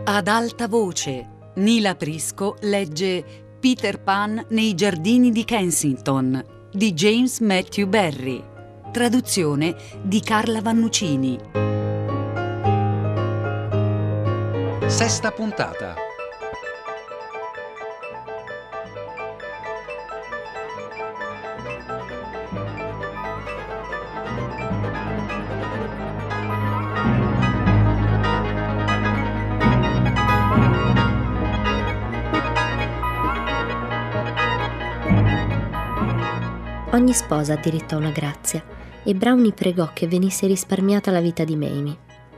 Ad alta voce, Nila Prisco legge Peter Pan nei giardini di Kensington di James Matthew Barrie. Traduzione di Carla Vannucini. Sesta puntata. Ogni sposa ha diritto a una grazia e Brownie pregò che venisse risparmiata la vita di Mamie.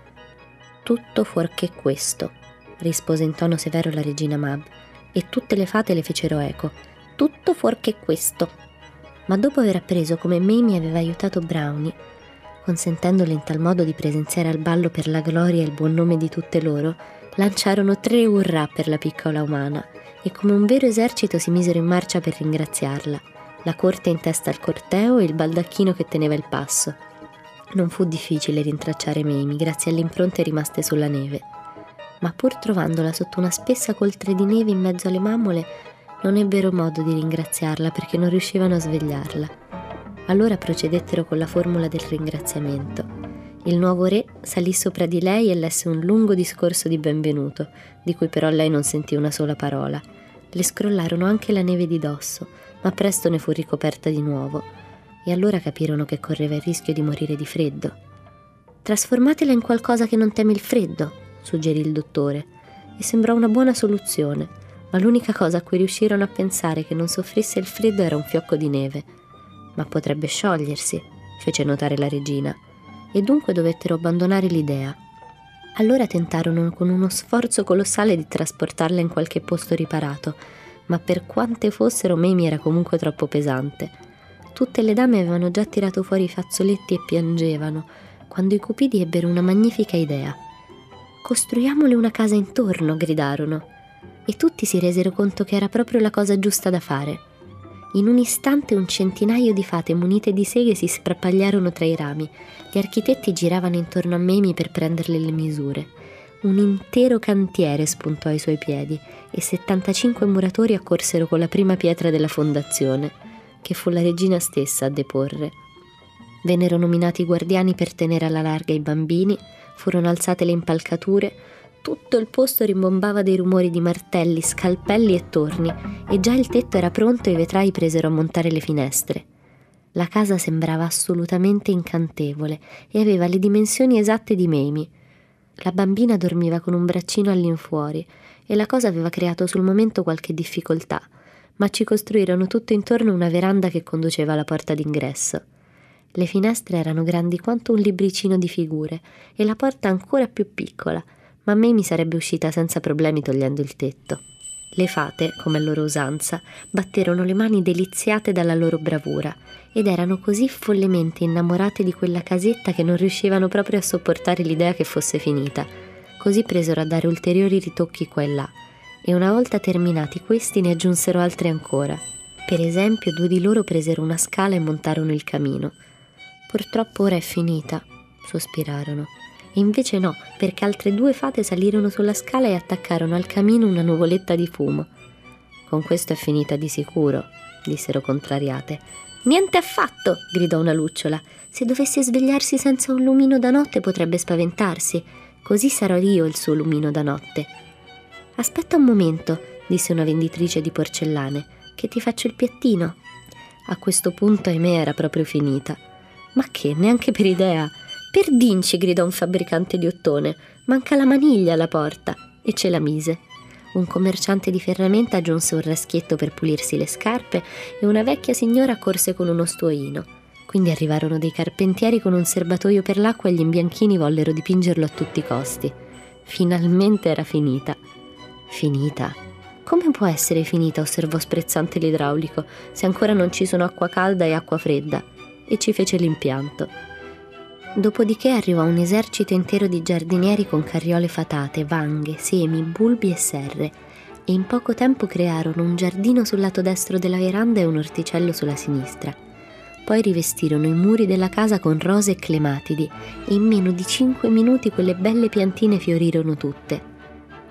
Tutto fuorché questo, rispose in tono severo la regina Mab, e tutte le fate le fecero eco. Tutto fuorché questo. Ma dopo aver appreso come Mamie aveva aiutato Brownie, consentendole in tal modo di presenziare al ballo per la gloria e il buon nome di tutte loro, lanciarono 3 urrà per la piccola umana e come un vero esercito si misero in marcia per ringraziarla. La corte in testa al corteo e il baldacchino che teneva il passo. Non fu difficile rintracciare Mamie grazie alle impronte rimaste sulla neve, ma pur trovandola sotto una spessa coltre di neve in mezzo alle mammole, non ebbero modo di ringraziarla perché non riuscivano a svegliarla. Allora procedettero con la formula del ringraziamento. Il nuovo re salì sopra di lei e lesse un lungo discorso di benvenuto, di cui però lei non sentì una sola parola. Le scrollarono anche la neve di dosso, ma presto ne fu ricoperta di nuovo, e allora capirono che correva il rischio di morire di freddo. «Trasformatela in qualcosa che non teme il freddo», suggerì il dottore, e sembrò una buona soluzione, ma l'unica cosa a cui riuscirono a pensare che non soffrisse il freddo era un fiocco di neve. «Ma potrebbe sciogliersi», fece notare la regina, e dunque dovettero abbandonare l'idea. Allora tentarono con uno sforzo colossale di trasportarla in qualche posto riparato, ma per quante fossero Mamie era comunque troppo pesante. Tutte le dame avevano già tirato fuori i fazzoletti e piangevano, quando i cupidi ebbero una magnifica idea. «Costruiamole una casa intorno», gridarono, e tutti si resero conto che era proprio la cosa giusta da fare. In un istante un centinaio di fate munite di seghe si sparpagliarono tra i rami. Gli architetti giravano intorno a Mamie per prenderle le misure. Un intero cantiere spuntò ai suoi piedi e 75 muratori accorsero con la prima pietra della fondazione, che fu la regina stessa a deporre. Vennero nominati guardiani per tenere alla larga i bambini, furono alzate le impalcature, tutto il posto rimbombava dei rumori di martelli, scalpelli e torni, e già il tetto era pronto e i vetrai presero a montare le finestre. La casa sembrava assolutamente incantevole e aveva le dimensioni esatte di Mamie. La bambina dormiva con un braccino all'infuori e la cosa aveva creato sul momento qualche difficoltà, ma ci costruirono tutto intorno una veranda che conduceva alla porta d'ingresso. Le finestre erano grandi quanto un libricino di figure e la porta ancora più piccola, ma Mamie sarebbe uscita senza problemi togliendo il tetto. Le fate, come a loro usanza, batterono le mani deliziate dalla loro bravura ed erano così follemente innamorate di quella casetta che non riuscivano proprio a sopportare l'idea che fosse finita. Così presero a dare ulteriori ritocchi qua e là, e una volta terminati questi ne aggiunsero altri ancora. Per esempio, 2 di loro presero una scala e montarono il camino. «Purtroppo ora è finita», sospirarono. E invece no, perché altre 2 fate salirono sulla scala e attaccarono al camino una nuvoletta di fumo. «Con questo è finita di sicuro», dissero contrariate. «Niente affatto», gridò una lucciola. «Se dovesse svegliarsi senza un lumino da notte potrebbe spaventarsi. Così sarò io il suo lumino da notte». «Aspetta un momento», disse una venditrice di porcellane, «che ti faccio il piattino». A questo punto, ahimè, era proprio finita. «Ma che, neanche per idea?» «Perdinci», gridò un fabbricante di ottone, «manca la maniglia alla porta», e ce la mise. Un commerciante di ferramenta aggiunse un raschietto per pulirsi le scarpe e una vecchia signora accorse con uno stuoino. Quindi arrivarono dei carpentieri con un serbatoio per l'acqua e gli imbianchini vollero dipingerlo a tutti i costi. Finalmente era finita. «Finita? Come può essere finita?» osservò sprezzante l'idraulico, «se ancora non ci sono acqua calda e acqua fredda», e ci fece l'impianto. Dopodiché arrivò un esercito intero di giardinieri con carriole fatate, vanghe, semi, bulbi e serre, e in poco tempo crearono un giardino sul lato destro della veranda e un orticello sulla sinistra. Poi rivestirono i muri della casa con rose e clematidi e in meno di 5 minuti quelle belle piantine fiorirono tutte.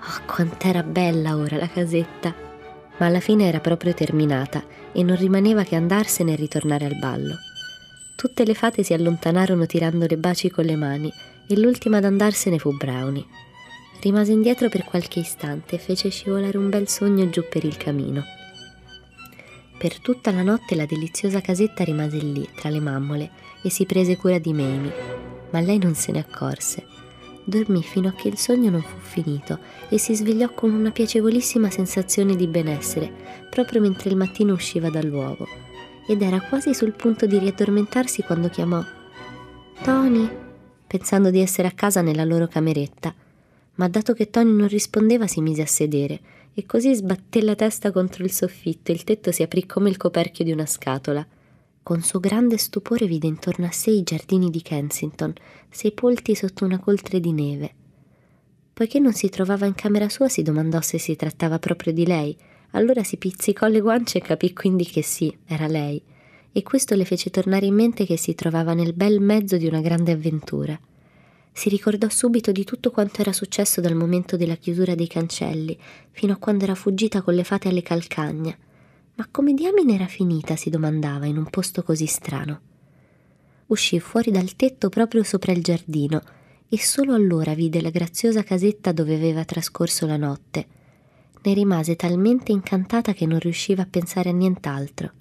Oh, quant'era bella ora la casetta! Ma alla fine era proprio terminata e non rimaneva che andarsene e ritornare al ballo. Tutte le fate si allontanarono tirandole baci con le mani e l'ultima ad andarsene fu Brownie. Rimase indietro per qualche istante e fece scivolare un bel sogno giù per il camino. Per tutta la notte la deliziosa casetta rimase lì, tra le mammole, e si prese cura di Mamie, ma lei non se ne accorse. Dormì fino a che il sogno non fu finito e si svegliò con una piacevolissima sensazione di benessere, proprio mentre il mattino usciva dall'uovo, ed era quasi sul punto di riaddormentarsi quando chiamò «Tony», pensando di essere a casa nella loro cameretta, ma dato che Tony non rispondeva si mise a sedere e così sbatté la testa contro il soffitto e il tetto si aprì come il coperchio di una scatola. Con suo grande stupore vide intorno a sé i giardini di Kensington, sepolti sotto una coltre di neve. Poiché non si trovava in camera sua, si domandò se si trattava proprio di lei. Allora si pizzicò le guance e capì quindi che sì, era lei, e questo le fece tornare in mente che si trovava nel bel mezzo di una grande avventura. Si ricordò subito di tutto quanto era successo dal momento della chiusura dei cancelli, fino a quando era fuggita con le fate alle calcagna. Ma come diamine era finita, si domandava, in un posto così strano. Uscì fuori dal tetto proprio sopra il giardino e solo allora vide la graziosa casetta dove aveva trascorso la notte. Ne rimase talmente incantata che non riusciva a pensare a nient'altro.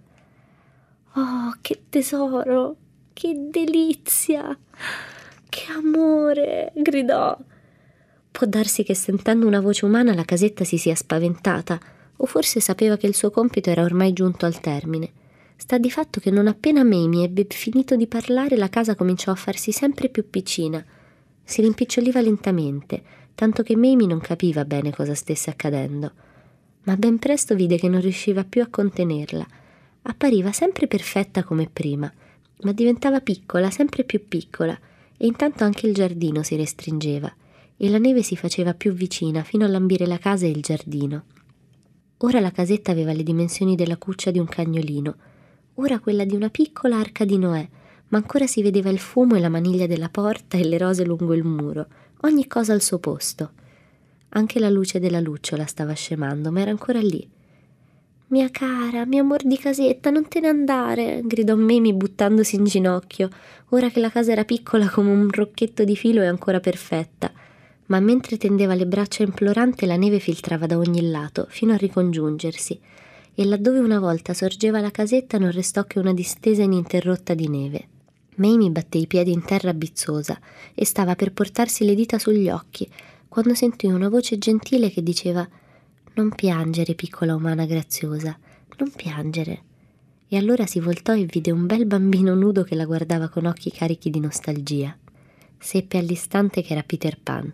«Oh, che tesoro! Che delizia! Che amore!» gridò. Può darsi che sentendo una voce umana la casetta si sia spaventata, o forse sapeva che il suo compito era ormai giunto al termine. Sta di fatto che non appena Mamie ebbe finito di parlare, la casa cominciò a farsi sempre più piccina. Si rimpiccioliva lentamente, tanto che Mamie non capiva bene cosa stesse accadendo. Ma ben presto vide che non riusciva più a contenerla. Appariva sempre perfetta come prima, ma diventava piccola, sempre più piccola, e intanto anche il giardino si restringeva, e la neve si faceva più vicina fino a lambire la casa e il giardino. Ora la casetta aveva le dimensioni della cuccia di un cagnolino, ora quella di una piccola arca di Noè, ma ancora si vedeva il fumo e la maniglia della porta e le rose lungo il muro, ogni cosa al suo posto. Anche la luce della lucciola stava scemando, ma era ancora lì. «Mia cara, mio amor di casetta, non te ne andare!» gridò Mamie buttandosi in ginocchio, ora che la casa era piccola come un rocchetto di filo e ancora perfetta. Ma mentre tendeva le braccia implorante la neve filtrava da ogni lato, fino a ricongiungersi, e laddove una volta sorgeva la casetta non restò che una distesa ininterrotta di neve. Mamie batté i piedi in terra bizzosa e stava per portarsi le dita sugli occhi, quando sentì una voce gentile che diceva «Non piangere, piccola umana graziosa, non piangere». E allora si voltò e vide un bel bambino nudo che la guardava con occhi carichi di nostalgia. Seppe all'istante che era Peter Pan.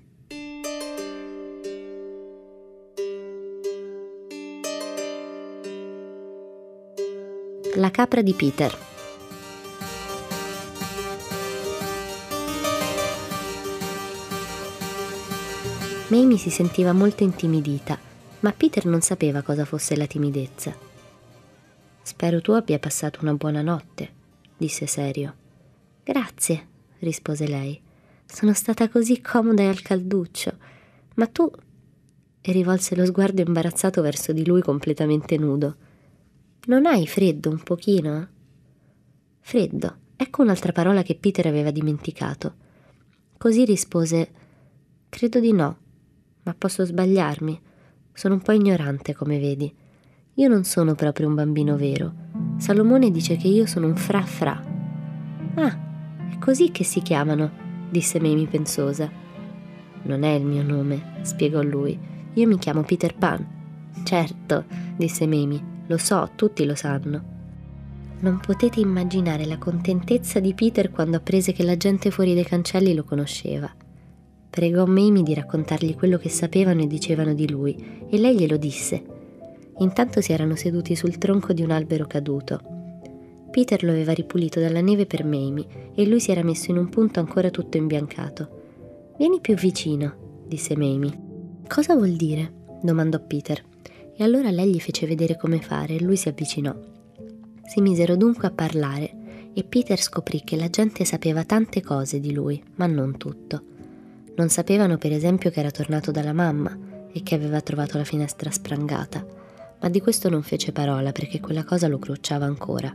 La capra di Peter. Mamie si sentiva molto intimidita, ma Peter non sapeva cosa fosse la timidezza. «Spero tu abbia passato una buona notte», disse serio. «Grazie», rispose lei. «Sono stata così comoda e al calduccio. Ma tu...» e rivolse lo sguardo imbarazzato verso di lui completamente nudo. «Non hai freddo un pochino?» «Freddo, ecco un'altra parola che Peter aveva dimenticato. Così rispose: «Credo di no, ma posso sbagliarmi. Sono un po' ignorante, come vedi. Io non sono proprio un bambino vero. Salomone dice che io sono un fra-fra». «Ah, è così che si chiamano», disse Mamie pensosa. «Non è il mio nome», spiegò lui. «Io mi chiamo Peter Pan». «Certo», disse Mamie. «Lo so, tutti lo sanno». Non potete immaginare la contentezza di Peter quando apprese che la gente fuori dai cancelli lo conosceva. Pregò Mamie di raccontargli quello che sapevano e dicevano di lui, e lei glielo disse. Intanto si erano seduti sul tronco di un albero caduto. Peter lo aveva ripulito dalla neve per Mamie e lui si era messo in un punto ancora tutto imbiancato. «Vieni più vicino», disse Mamie. «Cosa vuol dire?» domandò Peter. E allora lei gli fece vedere come fare e lui si avvicinò. Si misero dunque a parlare e Peter scoprì che la gente sapeva tante cose di lui, ma non tutto. Non sapevano per esempio che era tornato dalla mamma e che aveva trovato la finestra sprangata, ma di questo non fece parola perché quella cosa lo crucciava ancora.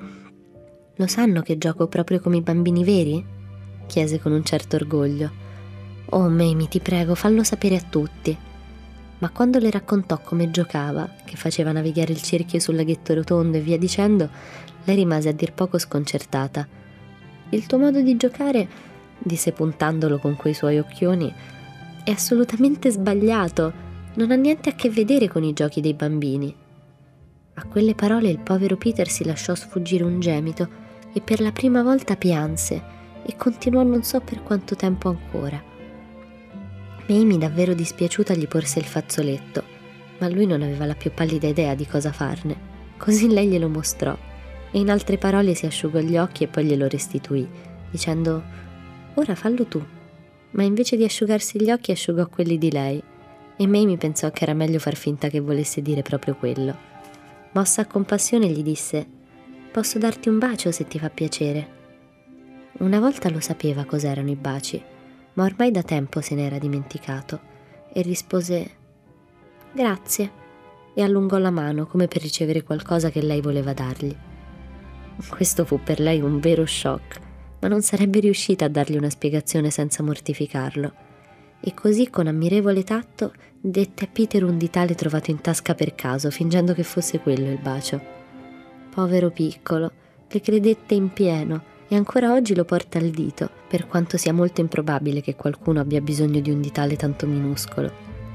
«Lo sanno che gioco proprio come i bambini veri?» chiese con un certo orgoglio. «Oh, Mamie, ti prego, fallo sapere a tutti». Ma quando le raccontò come giocava, che faceva navigare il cerchio sul laghetto rotondo e via dicendo, lei rimase a dir poco sconcertata. «Il tuo modo di giocare», disse puntandolo con quei suoi occhioni, «è assolutamente sbagliato, non ha niente a che vedere con i giochi dei bambini». A quelle parole il povero Peter si lasciò sfuggire un gemito e per la prima volta pianse e continuò non so per quanto tempo ancora. Mamie, davvero dispiaciuta, gli porse il fazzoletto, ma lui non aveva la più pallida idea di cosa farne. Così lei glielo mostrò e in altre parole si asciugò gli occhi e poi glielo restituì, dicendo «Ora fallo tu». Ma invece di asciugarsi gli occhi asciugò quelli di lei e Mamie pensò che era meglio far finta che volesse dire proprio quello. Mossa a compassione gli disse «Posso darti un bacio se ti fa piacere?» Una volta lo sapeva cos'erano i baci, ma ormai da tempo se n'era dimenticato e rispose «Grazie» e allungò la mano come per ricevere qualcosa che lei voleva dargli. Questo fu per lei un vero shock, ma non sarebbe riuscita a dargli una spiegazione senza mortificarlo, e così con ammirevole tatto dette a Peter un ditale trovato in tasca per caso, fingendo che fosse quello il bacio. Povero piccolo, le credette in pieno e ancora oggi lo porta al dito, per quanto sia molto improbabile che qualcuno abbia bisogno di un ditale tanto minuscolo.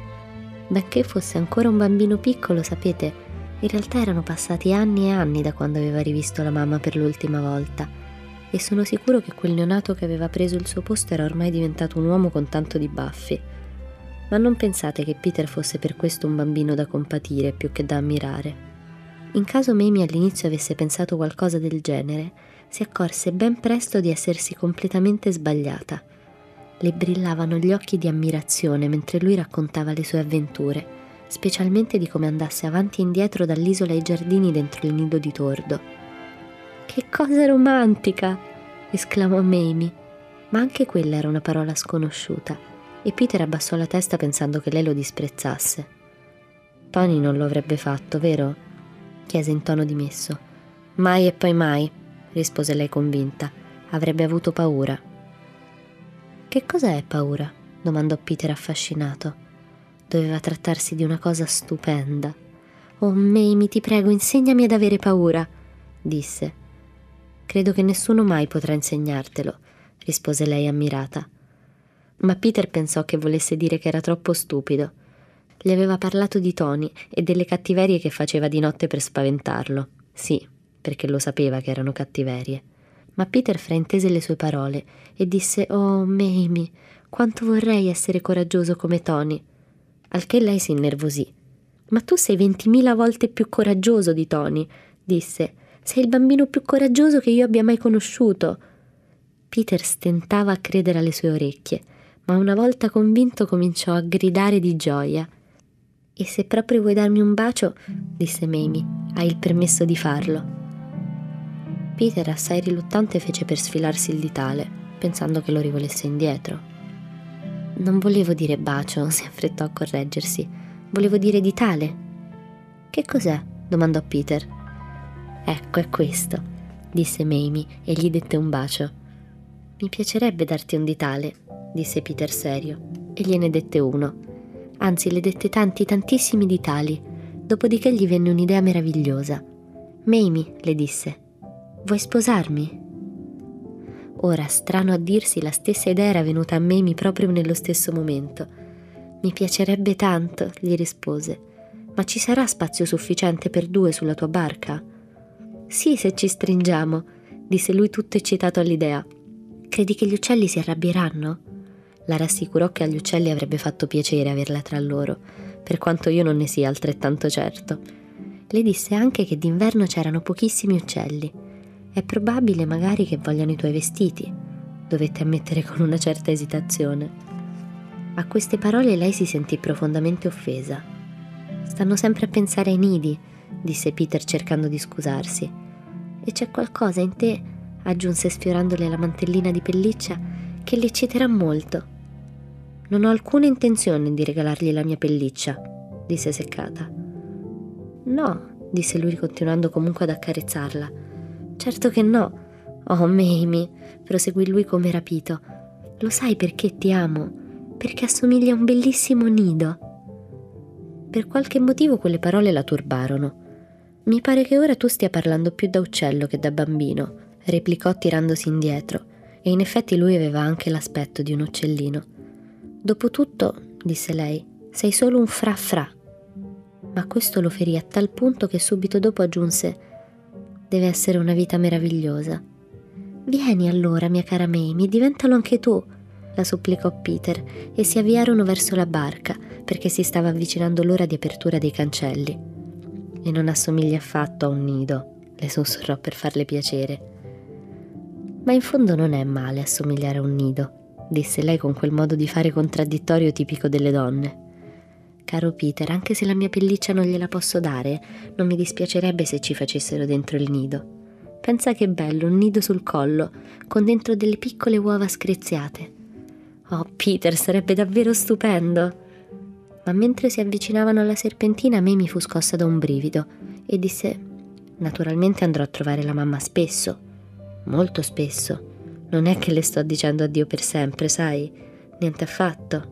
Benché fosse ancora un bambino piccolo, sapete, in realtà erano passati anni e anni da quando aveva rivisto la mamma per l'ultima volta, e sono sicuro che quel neonato che aveva preso il suo posto era ormai diventato un uomo con tanto di baffi. Ma non pensate che Peter fosse per questo un bambino da compatire più che da ammirare. In caso Mamie all'inizio avesse pensato qualcosa del genere, si accorse ben presto di essersi completamente sbagliata. Le brillavano gli occhi di ammirazione mentre lui raccontava le sue avventure, specialmente di come andasse avanti e indietro dall'isola ai giardini dentro il nido di tordo. «Che cosa romantica!» esclamò Mamie, ma anche quella era una parola sconosciuta, e Peter abbassò la testa pensando che lei lo disprezzasse. «Tony non lo avrebbe fatto, vero?» chiese in tono dimesso. «Mai e poi mai», rispose lei convinta. «Avrebbe avuto paura». «Che cosa è paura?» domandò Peter affascinato. Doveva trattarsi di una cosa stupenda. «Oh, Mamie, ti prego, insegnami ad avere paura», disse. «Credo che nessuno mai potrà insegnartelo», rispose lei ammirata. Ma Peter pensò che volesse dire che era troppo stupido. Le aveva parlato di Tony e delle cattiverie che faceva di notte per spaventarlo. Sì, perché lo sapeva che erano cattiverie. Ma Peter fraintese le sue parole e disse «Oh, Mamie, quanto vorrei essere coraggioso come Tony». Al che lei si innervosì. «Ma tu sei 20.000 volte più coraggioso di Tony», disse. «Sei il bambino più coraggioso che io abbia mai conosciuto». Peter stentava a credere alle sue orecchie, ma una volta convinto cominciò a gridare di gioia. «E se proprio vuoi darmi un bacio», disse Mamie, «hai il permesso di farlo». Peter, assai riluttante, fece per sfilarsi il ditale, pensando che lo rivolesse indietro. «Non volevo dire bacio», si affrettò a correggersi. «Volevo dire ditale». «Che cos'è?» domandò Peter. «Ecco, è questo», disse Mamie e gli dette un bacio. «Mi piacerebbe darti un ditale», disse Peter serio, e gliene dette uno. Anzi, le dette tantissimi ditali, dopodiché gli venne un'idea meravigliosa. «Mamie», le disse, «vuoi sposarmi?» Ora, strano a dirsi, la stessa idea era venuta a Mamie proprio nello stesso momento. «Mi piacerebbe tanto», gli rispose, «ma ci sarà spazio sufficiente per 2 sulla tua barca?» «Sì, se ci stringiamo», disse lui tutto eccitato all'idea. «Credi che gli uccelli si arrabbieranno?» La rassicurò che agli uccelli avrebbe fatto piacere averla tra loro, per quanto io non ne sia altrettanto certo. Le disse anche che d'inverno c'erano pochissimi uccelli. «È probabile magari che vogliano i tuoi vestiti», dovette ammettere con una certa esitazione. A queste parole lei si sentì profondamente offesa. «Stanno sempre a pensare ai nidi», disse Peter cercando di scusarsi. «E c'è qualcosa in te», aggiunse sfiorandole la mantellina di pelliccia, «che li ecciterà molto». Non ho alcuna intenzione di regalargli la mia pelliccia, disse seccata. No, disse lui continuando comunque ad accarezzarla. Certo che no. Oh, Mamie, proseguì lui come rapito. Lo sai perché ti amo? Perché assomiglia a un bellissimo nido. Per qualche motivo quelle parole la turbarono. Mi pare che ora tu stia parlando più da uccello che da bambino, replicò tirandosi indietro, e in effetti lui aveva anche l'aspetto di un uccellino. Dopotutto, disse lei, sei solo un fra-fra. Ma questo lo ferì a tal punto che subito dopo aggiunse: deve essere una vita meravigliosa. Vieni allora, mia cara Mamie, diventalo anche tu, la supplicò Peter, e si avviarono verso la barca, perché si stava avvicinando l'ora di apertura dei cancelli. E non assomiglia affatto a un nido, le sussurrò per farle piacere. Ma in fondo non è male assomigliare a un nido, disse lei con quel modo di fare contraddittorio tipico delle donne. Caro Peter, anche se la mia pelliccia non gliela posso dare, non mi dispiacerebbe se ci facessero dentro il nido. Pensa che bello, un nido sul collo, con dentro delle piccole uova screziate. Oh, Peter, sarebbe davvero stupendo! Ma mentre si avvicinavano alla serpentina, Mamie fu scossa da un brivido e disse: naturalmente andrò a trovare la mamma spesso, molto spesso. Non è che le sto dicendo addio per sempre, sai? Niente affatto.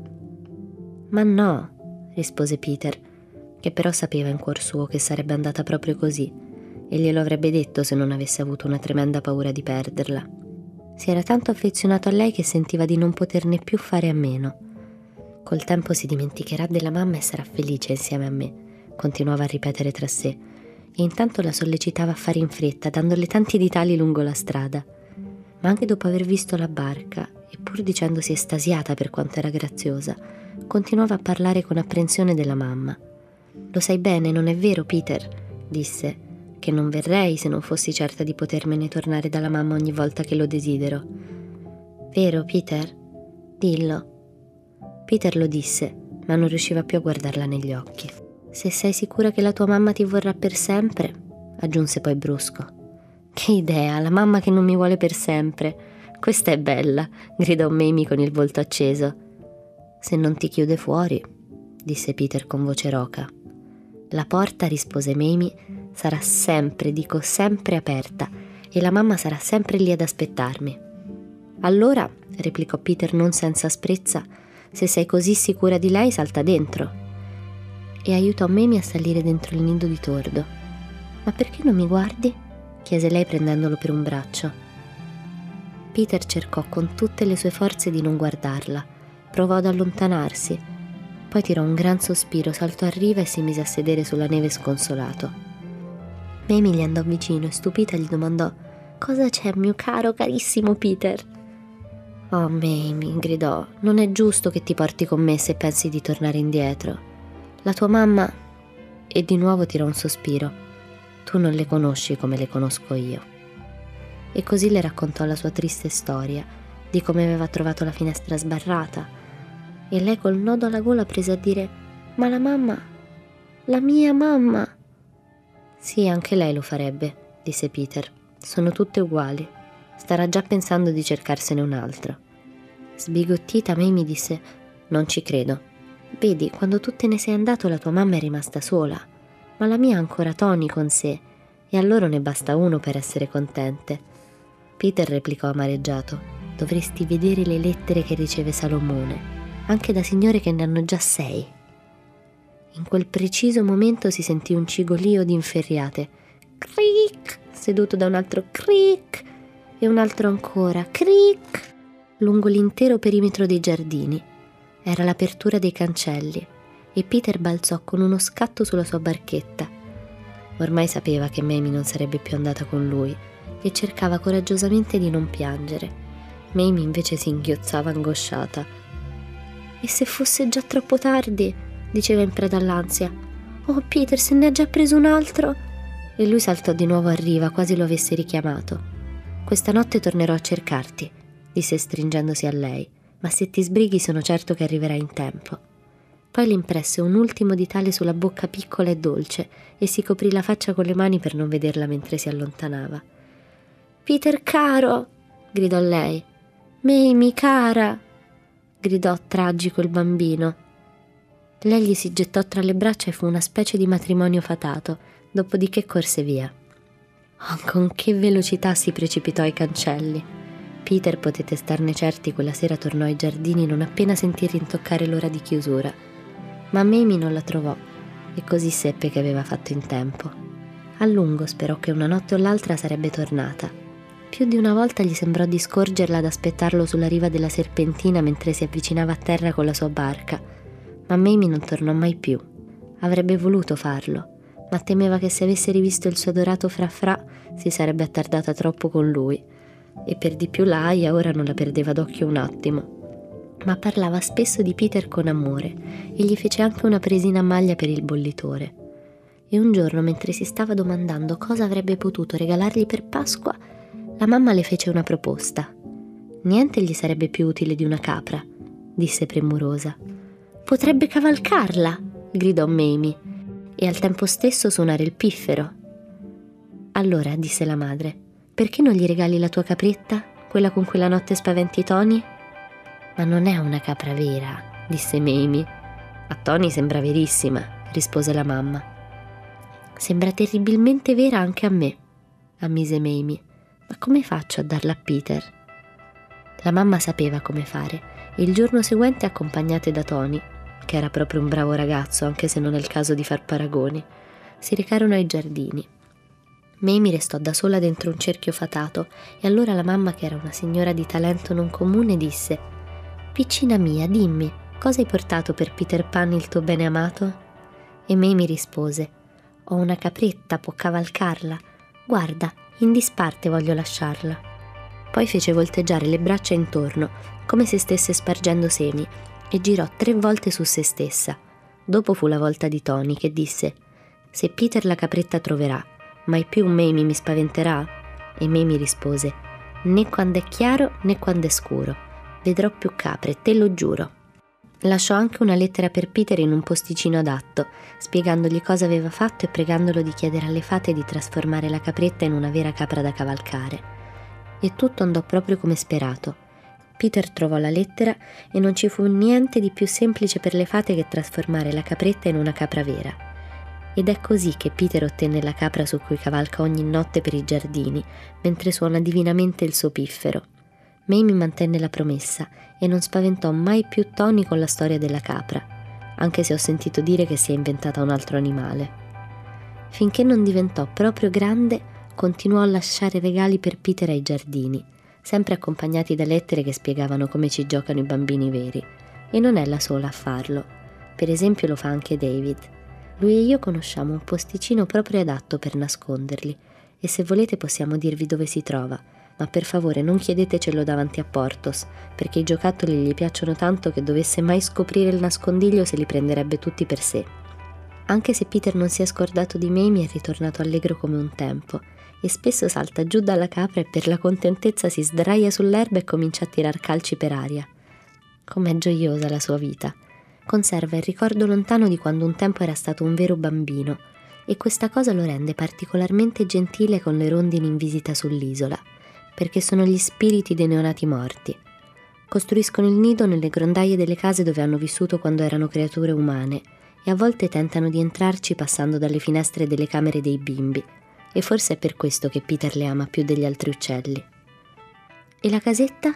Ma no, rispose Peter, che però sapeva in cuor suo che sarebbe andata proprio così, e glielo avrebbe detto se non avesse avuto una tremenda paura di perderla. Si era tanto affezionato a lei che sentiva di non poterne più fare a meno. Col tempo si dimenticherà della mamma e sarà felice insieme a me, continuava a ripetere tra sé, e intanto la sollecitava a fare in fretta, dandole tanti ditali lungo la strada. Ma anche dopo aver visto la barca, e pur dicendosi estasiata per quanto era graziosa, continuava a parlare con apprensione della mamma. Lo sai bene, non è vero, Peter? Disse, che non verrei se non fossi certa di potermene tornare dalla mamma ogni volta che lo desidero. Vero, Peter? Dillo. Peter lo disse, ma non riusciva più a guardarla negli occhi. Se sei sicura che la tua mamma ti vorrà per sempre, aggiunse poi brusco. Che idea, la mamma che non mi vuole per sempre. Questa è bella, gridò Mamie con il volto acceso. Se non ti chiude fuori, disse Peter con voce roca. La porta, rispose Mamie, sarà sempre, dico sempre aperta, e la mamma sarà sempre lì ad aspettarmi. Allora, replicò Peter non senza asprezza, se sei così sicura di lei, salta dentro. E aiutò Mamie a salire dentro il nido di tordo. Ma perché non mi guardi? Chiese lei prendendolo per un braccio. Peter cercò con tutte le sue forze di non guardarla, provò ad allontanarsi, poi tirò un gran sospiro, saltò a riva e si mise a sedere sulla neve sconsolato. Mamie gli andò vicino e stupita gli domandò: cosa c'è, mio caro, carissimo Peter? Oh, Mamie, gridò, non è giusto che ti porti con me se pensi di tornare indietro. La tua mamma... E di nuovo tirò un sospiro. Tu non le conosci come le conosco io. E così le raccontò la sua triste storia, di come aveva trovato la finestra sbarrata, e lei col nodo alla gola prese a dire: ma la mamma, la mia mamma. Sì, anche lei lo farebbe, disse Peter. Sono tutte uguali. Starà già pensando di cercarsene un altro. Sbigottita, Mamie disse: non ci credo. Vedi, quando tu te ne sei andato la tua mamma è rimasta sola, ma la mia ha ancora Tony con sé, e a loro ne basta uno per essere contente. Peter replicò amareggiato: dovresti vedere le lettere che riceve Salomone, anche da signore che ne hanno già 6. In quel preciso momento si sentì un cigolio di inferriate. Cric! Seduto da un altro cric! E un altro ancora cric! Lungo l'intero perimetro dei giardini. Era l'apertura dei cancelli e Peter balzò con uno scatto sulla sua barchetta. Ormai sapeva che Mamie non sarebbe più andata con lui e cercava coraggiosamente di non piangere. Mamie invece si inghiozzava angosciata. E se fosse già troppo tardi? Diceva in preda all'ansia. Oh, Peter, se ne ha già preso un altro! E lui saltò di nuovo a riva, quasi lo avesse richiamato. Questa notte tornerò a cercarti, disse stringendosi a lei, ma se ti sbrighi sono certo che arriverai in tempo. Poi le impresse un ultimo ditale sulla bocca piccola e dolce e si coprì la faccia con le mani per non vederla mentre si allontanava. Peter caro, gridò lei. Mamie cara. gridò tragico il bambino. Lei gli si gettò tra le braccia e fu una specie di matrimonio fatato, dopodiché corse via. Oh, con che velocità si precipitò ai cancelli. Peter, potete starne certi, quella sera tornò ai giardini non appena sentì rintoccare l'ora di chiusura. Ma Mamie non la trovò e così seppe che aveva fatto in tempo. A lungo sperò che una notte o l'altra sarebbe tornata. Più di una volta gli sembrò di scorgerla ad aspettarlo sulla riva della serpentina mentre si avvicinava a terra con la sua barca. Ma Mamie non tornò mai più. Avrebbe voluto farlo, ma temeva che se avesse rivisto il suo adorato Fra si sarebbe attardata troppo con lui. E per di più la Aya ora non la perdeva d'occhio un attimo. Ma parlava spesso di Peter con amore e gli fece anche una presina a maglia per il bollitore. E un giorno, mentre si stava domandando cosa avrebbe potuto regalargli per Pasqua, la mamma le fece una proposta. Niente gli sarebbe più utile di una capra, disse premurosa. Potrebbe cavalcarla, gridò Mamie, e al tempo stesso suonare il piffero. Allora, disse la madre, perché non gli regali la tua capretta, quella con cui la notte spaventi Tony? Ma non è una capra vera, disse Mamie. A Tony sembra verissima, rispose la mamma. Sembra terribilmente vera anche a me, ammise Mamie. Ma come faccio a darla a Peter? La mamma sapeva come fare e il giorno seguente, accompagnate da Tony, che era proprio un bravo ragazzo, anche se non è il caso di far paragoni, si recarono ai giardini. Mamie restò da sola dentro un cerchio fatato e allora la mamma, che era una signora di talento non comune, disse: «Piccina mia, dimmi, cosa hai portato per Peter Pan, il tuo bene amato?» E Mamie rispose: «Ho una capretta, può cavalcarla. Guarda, in disparte voglio lasciarla». Poi fece volteggiare le braccia intorno, come se stesse spargendo semi, e girò 3 volte su se stessa. Dopo fu la volta di Tony, che disse: «Se Peter la capretta troverà, mai più Mamie mi spaventerà?» E Mamie rispose: «Né quando è chiaro né quando è scuro. Vedrò più capre, te lo giuro». Lasciò anche una lettera per Peter in un posticino adatto, spiegandogli cosa aveva fatto e pregandolo di chiedere alle fate di trasformare la capretta in una vera capra da cavalcare. E tutto andò proprio come sperato. Peter trovò la lettera e non ci fu niente di più semplice per le fate che trasformare la capretta in una capra vera. Ed è così che Peter ottenne la capra su cui cavalca ogni notte per i giardini, mentre suona divinamente il suo piffero. Mamie mantenne la promessa e non spaventò mai più Tony con la storia della capra, anche se ho sentito dire che si è inventata un altro animale. Finché non diventò proprio grande, continuò a lasciare regali per Peter ai giardini, sempre accompagnati da lettere che spiegavano come ci giocano i bambini veri. E non è la sola a farlo. Per esempio lo fa anche David. Lui e io conosciamo un posticino proprio adatto per nasconderli, e se volete possiamo dirvi dove si trova, ma per favore non chiedetecelo davanti a Porthos, perché i giocattoli gli piacciono tanto che dovesse mai scoprire il nascondiglio se li prenderebbe tutti per sé. Anche se Peter non si è scordato di Mamie, è ritornato allegro come un tempo, e spesso salta giù dalla capra e per la contentezza si sdraia sull'erba e comincia a tirar calci per aria. Com'è gioiosa la sua vita! Conserva il ricordo lontano di quando un tempo era stato un vero bambino, e questa cosa lo rende particolarmente gentile con le rondini in visita sull'isola, perché sono gli spiriti dei neonati morti. Costruiscono il nido nelle grondaie delle case dove hanno vissuto quando erano creature umane, e a volte tentano di entrarci passando dalle finestre delle camere dei bimbi, e forse è per questo che Peter le ama più degli altri uccelli. E la casetta?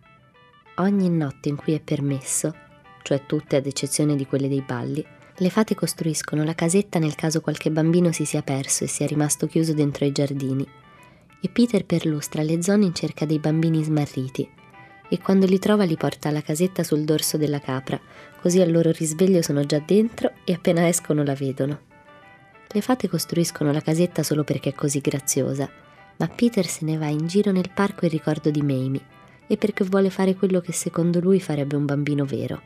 Ogni notte in cui è permesso, cioè tutte ad eccezione di quelle dei balli, le fate costruiscono la casetta nel caso qualche bambino si sia perso e sia rimasto chiuso dentro ai giardini. E Peter perlustra le zone in cerca dei bambini smarriti, e quando li trova li porta alla casetta sul dorso della capra, così al loro risveglio sono già dentro e appena escono la vedono. Le fate costruiscono la casetta solo perché è così graziosa, ma Peter se ne va in giro nel parco in ricordo di Mamie, e perché vuole fare quello che secondo lui farebbe un bambino vero.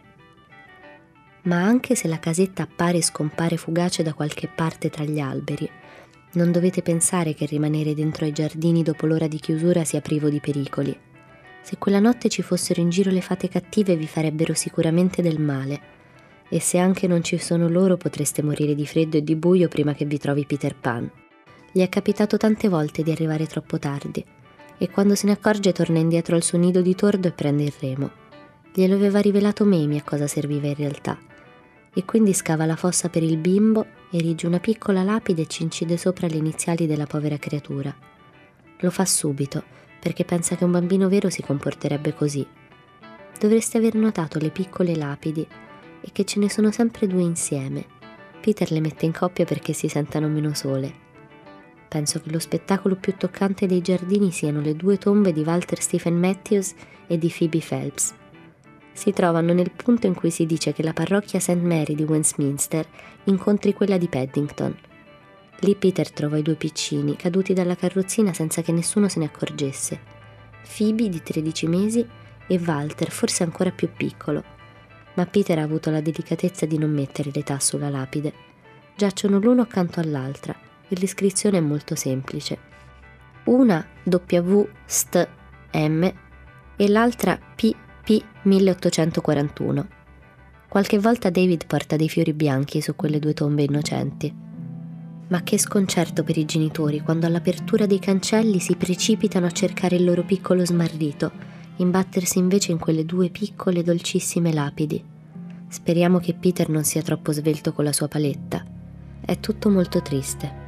Ma anche se la casetta appare e scompare fugace da qualche parte tra gli alberi, non dovete pensare che rimanere dentro ai giardini dopo l'ora di chiusura sia privo di pericoli. Se quella notte ci fossero in giro le fate cattive vi farebbero sicuramente del male, e se anche non ci sono loro potreste morire di freddo e di buio prima che vi trovi Peter Pan. Gli è capitato tante volte di arrivare troppo tardi, e quando se ne accorge torna indietro al suo nido di tordo e prende il remo. Glielo aveva rivelato Mamie a cosa serviva in realtà, e quindi scava la fossa per il bimbo, erige una piccola lapide e ci incide sopra le iniziali della povera creatura. Lo fa subito, perché pensa che un bambino vero si comporterebbe così. Dovreste aver notato le piccole lapidi e che ce ne sono sempre 2 insieme. Peter le mette in coppia perché si sentano meno sole. Penso che lo spettacolo più toccante dei giardini siano le 2 tombe di Walter Stephen Matthews e di Phoebe Phelps. Si trovano nel punto in cui si dice che la parrocchia St. Mary di Westminster incontri quella di Paddington. Lì Peter trova i 2 piccini, caduti dalla carrozzina senza che nessuno se ne accorgesse. Phoebe di 13 mesi e Walter forse ancora più piccolo. Ma Peter ha avuto la delicatezza di non mettere l'età sulla lapide. Giacciono l'uno accanto all'altra e l'iscrizione è molto semplice. Una W.St.M. e l'altra P.P. 1841. Qualche volta David porta dei fiori bianchi su quelle 2 tombe innocenti. Ma che sconcerto per i genitori quando all'apertura dei cancelli si precipitano a cercare il loro piccolo smarrito, imbattersi invece in quelle 2 piccole dolcissime lapidi. Speriamo che Peter non sia troppo svelto con la sua paletta. È tutto molto triste.